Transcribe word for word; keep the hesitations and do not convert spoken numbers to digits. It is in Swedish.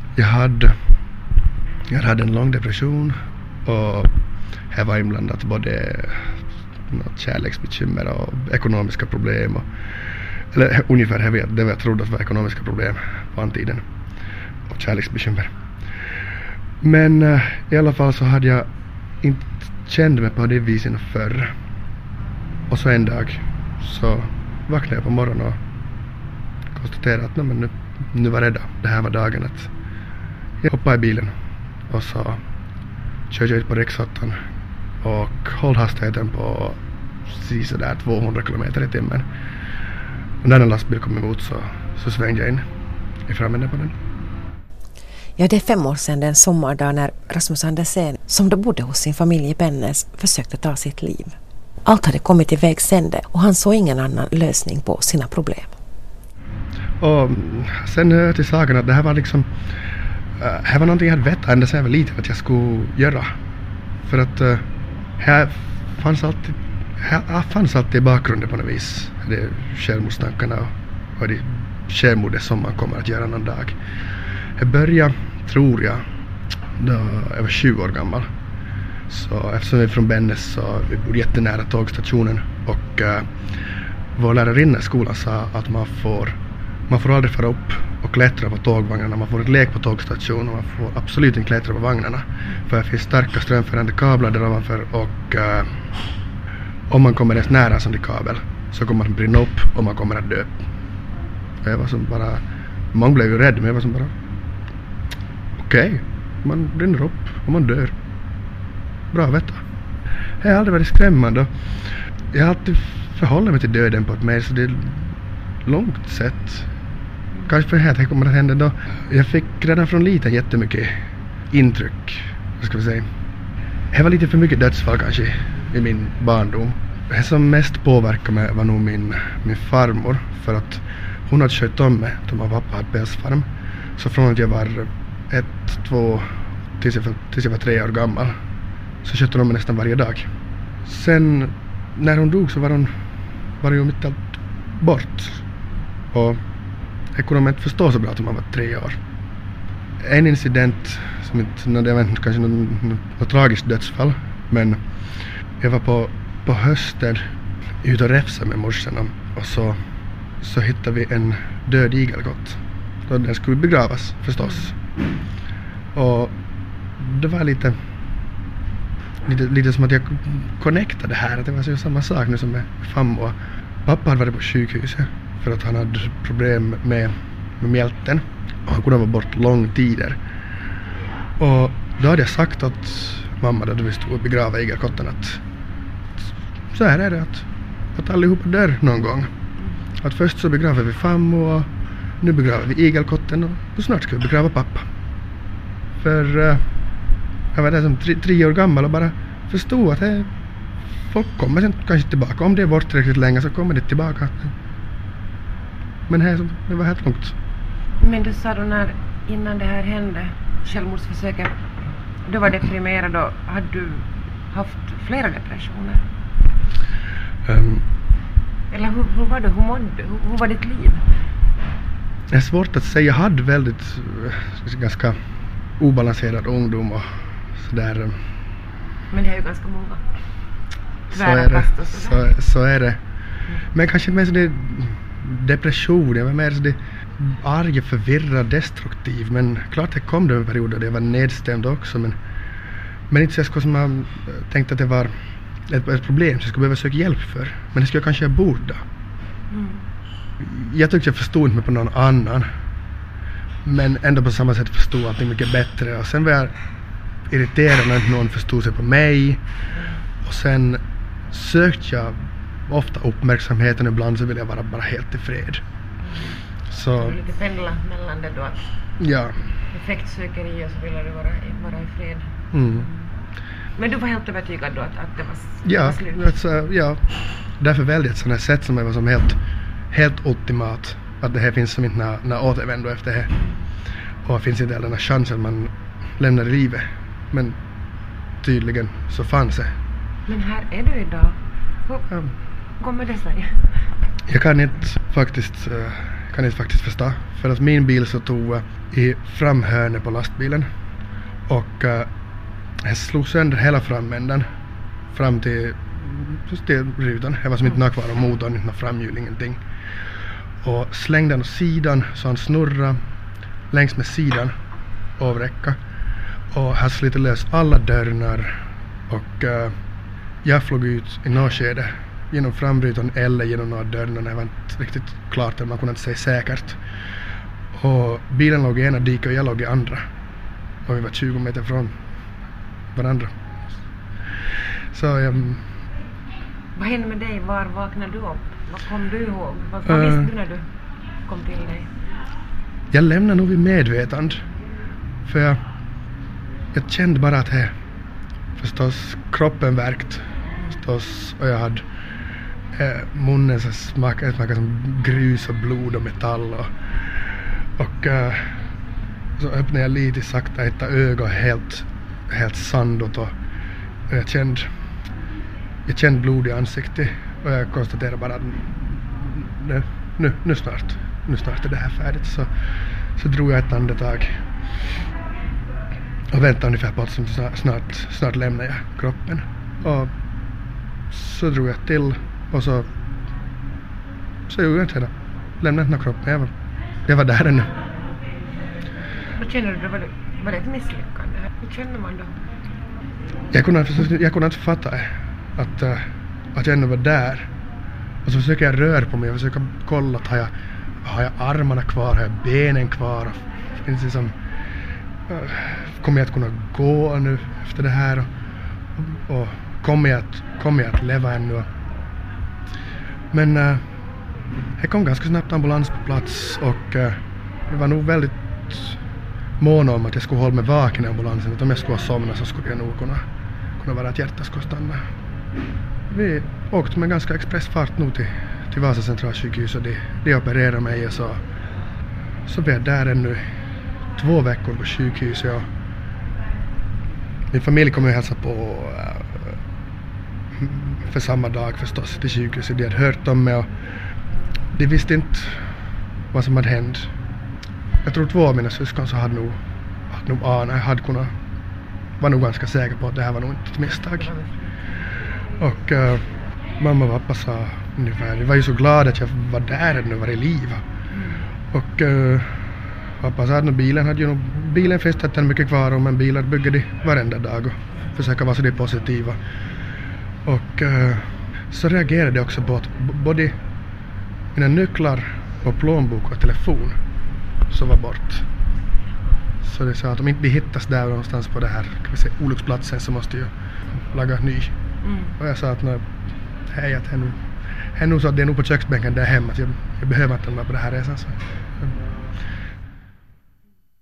Jag hade, jag hade en lång depression och här var inblandat både kärleksbekymmer och ekonomiska problem. Och, eller ungefär här vet, det jag trodde att var ekonomiska problem på den tiden och kärleksbekymmer. Men uh, i alla fall så hade jag inte känt mig på det viset förr. Och så en dag så vaknade jag på morgonen och konstaterade att men nu, nu var det då. Det här var dagen att jag hoppade i bilen och så körde jag ut på riksåttan och höll hastigheten på sådär tvåhundra kilometer i timmen. Och när en lastbil kom emot så, så svängde jag in i framändan på den. Ja, det är fem år sedan den sommardag när Rasmus Andersen, som då bodde hos sin familj i Bennes, försökte ta sitt liv. Allt hade kommit i vägs ände och han såg ingen annan lösning på sina problem. Och sen hör till saken att det här var liksom uh, här var någonting jag hade vetat ända sedan jag var liten att jag skulle göra. För att uh, här fanns alltid här fanns alltid i bakgrunden på något vis. Det är självmordstankarna och, och det självmordet som man kommer att göra någon dag. Jag började, tror jag, då jag var tjugo år gammal. Så eftersom vi är från Bennes så vi bor jättenära tågstationen och uh, vår lärarinna i skolan sa att man får man får aldrig fara upp och klättra på tågvagnarna. Man får inte leka på tågstationen och man får absolut inte klättra på vagnarna. För det finns starka strömförande kablar där ovanför och uh, om man kommer ens nära som det kabel så kommer man brinna upp och man kommer att dö. Och jag var som bara, man blev ju rädd men jag var som bara okej, okay, man brinner upp och man dör. Bra att veta. Jag har aldrig varit skrämmande. Jag har alltid förhållit mig till döden på ett mer så det är långt sätt. Kanske för det här kommer att hända då. Jag fick redan från liten jättemycket intryck. Vad ska vi säga? Det var lite för mycket dödsfall kanske i min barndom. Det som mest påverkade mig var nog min, min farmor. För att hon hade kört om mig då min pappa hade pälsfarm. Så från att jag var ett, två, tills jag, tills jag var tre år gammal så köpte de mig nästan varje dag. Sen när hon dog så var hon var ju mitt allt bort. Och jag kunde inte förstå så bra att man var tre år. En incident som inte, jag vet inte, kanske något, något tragiskt dödsfall. Men jag var på, på hösten ute och räfsa med morsan och så, så hittade vi en död igelkott. Den skulle begravas förstås. Och det var lite Lite, lite som att jag connectade det här. Att det var så samma sak nu som med farmor. Pappa hade varit på sjukhuset för att han hade problem med, med mjälten. Och han kunde vara bort lång tider. Och då hade jag sagt att mamma då vi stod och begrava igelkotten att så här är det att, att allihopa dör någon gång. Att först så begraver vi farmor och nu begraver vi igelkotten och snart ska vi begrava pappa. För uh, jag var där som tre, tre år gammal och bara förstod att hey, folk kommer sen kanske tillbaka. Om det är bort tillräckligt länge så kommer det tillbaka. Men här, det var helt långt. Men du sa då när, innan det här hände, självmordsförsöket, du var deprimerad och hade du haft flera depressioner? Um, Eller hur, hur var det? Hur mådde du? Hur, hur var ditt liv? Det är svårt att säga. Jag hade väldigt ganska obalanserad ungdom och sådär. Men det är ju ganska många. Så är det. Så, så är det. Men kanske mer så det depression. Jag var mer så det arg, förvirrad, destruktiv. Men klart det kom det en period där jag var nedstämd också. Men, men inte så som man tänkte att det var ett, ett problem som jag skulle behöva söka hjälp för. Men det skulle jag kanske ha borde. Mm. Jag tyckte jag förstod mig på någon annan. Men ändå på samma sätt förstod allting mycket bättre. Och sen var jag irriterad när någon förstod sig på mig. Och sen sökte jag ofta uppmärksamheten. Ibland så ville jag vara bara helt i fred. Så du lite pendla mellan det då? Ja. Effektsökeri och så ville du vara, vara i fred. Mm. Men du var helt övertygad då att, att det var, ja, var slut? Alltså, ja, därför väldigt ett sådant här sätt som var som helt, helt ultimat. Att det här finns som inte när, när återvändo efter det. Och det finns inte heller den här chansen att man lämnar livet. Men tydligen så fanns det. Men här är du idag. Hur ja. kommer det sig? Jag kan inte faktiskt uh, kan inte faktiskt förstå. För att min bil så tog uh, i framhörnet på lastbilen. Och uh, jag slog sönder hela framänden fram till, till rutan. Jag var som inte kvar av motorn, inte framhjul, ingenting. Och slängde den åt sidan så han snurrade längs med sidan av räcka. Och han slitade lös alla dörrar. Och uh, jag flög ut i något skede genom frambrytaren eller genom några dörrar. Det var inte riktigt klart, man kunde inte säga säkert. Och bilen låg i ena diket och jag låg i andra. Och vi var tjugo meter från varandra. Så um, vad hände med dig? Var vaknade du upp? Vad kom du ihåg? Vad, vad uh, visste du när du kom till dig? Jag lämnade nog vid medvetande. För jag, jag kände bara att jag förstås kroppen värkt. Förstås, och jag hade eh, munnen så smakade, smakade som grus och blod och metall. Och, och uh, så öppnade jag lite sakta ett öga helt, helt sandot. Och, och jag kände jag kände blod i ansiktet. Och jag konstaterade bara att nu, nu, nu snart nu snart är det här färdigt. Så, så drog jag ett andetag. Och väntade ungefär på att snart, snart lämnar jag kroppen. Och så drog jag till. Och så så gjorde jag inte det. Lämnade inte kroppen. Jag var, jag var där ännu. Vad känner du? Var det, var det ett misslyckande? Hur känner man då? Jag kunde, jag kunde inte fatta att, att jag ändå var där. Och så försöker jag röra på mig. Jag försöker kolla att har jag, har jag armarna kvar? Har jag benen kvar? Finns det som, kommer jag att kunna gå nu efter det här? Och, och kommer, jag att, kommer jag att leva ännu? Men uh, jag kom ganska snabbt ambulans på plats. Och uh, det var nog väldigt mån om att jag skulle hålla mig vaken i ambulansen. Att om jag skulle ha somnat så skulle jag nog kunna, kunna vara att hjärtat skulle stanna. Vi åkte med ganska expressfart nu till, till Vasa centralsjukhus och de, de opererade mig och så, så blev jag där ännu två veckor på sjukhuset. Och min familj kom ju hälsa på äh, för samma dag förstås till sjukhuset. De hade hört om mig och de visste inte vad som hade hänt. Jag tror två av mina syskon så hade nog, hade nog anat, jag hade kunnat, var nog ganska säker på att det här var nog inte ett misstag. Och uh, mamma och pappa sa ungefär, jag var ju så glad att jag var där och var i liv. Och uh, pappa sa att bilen hade ju nog, bilen finns det mycket kvar om, men bilar bygger de varenda dag och försöker vara så det positiva. Och uh, så reagerade jag också på att b- både mina nycklar och plånbok och telefon så var bort. Så det sa att om inte vi hittas där någonstans på det här, kan vi säga, olycksplatsen, så måste jag laga ny. Mm. Och jag sa att nej, hej, att henne, henne så att det är nog på köksbänken där hemma, att jag, jag behöver inte vara på det här resan. Så.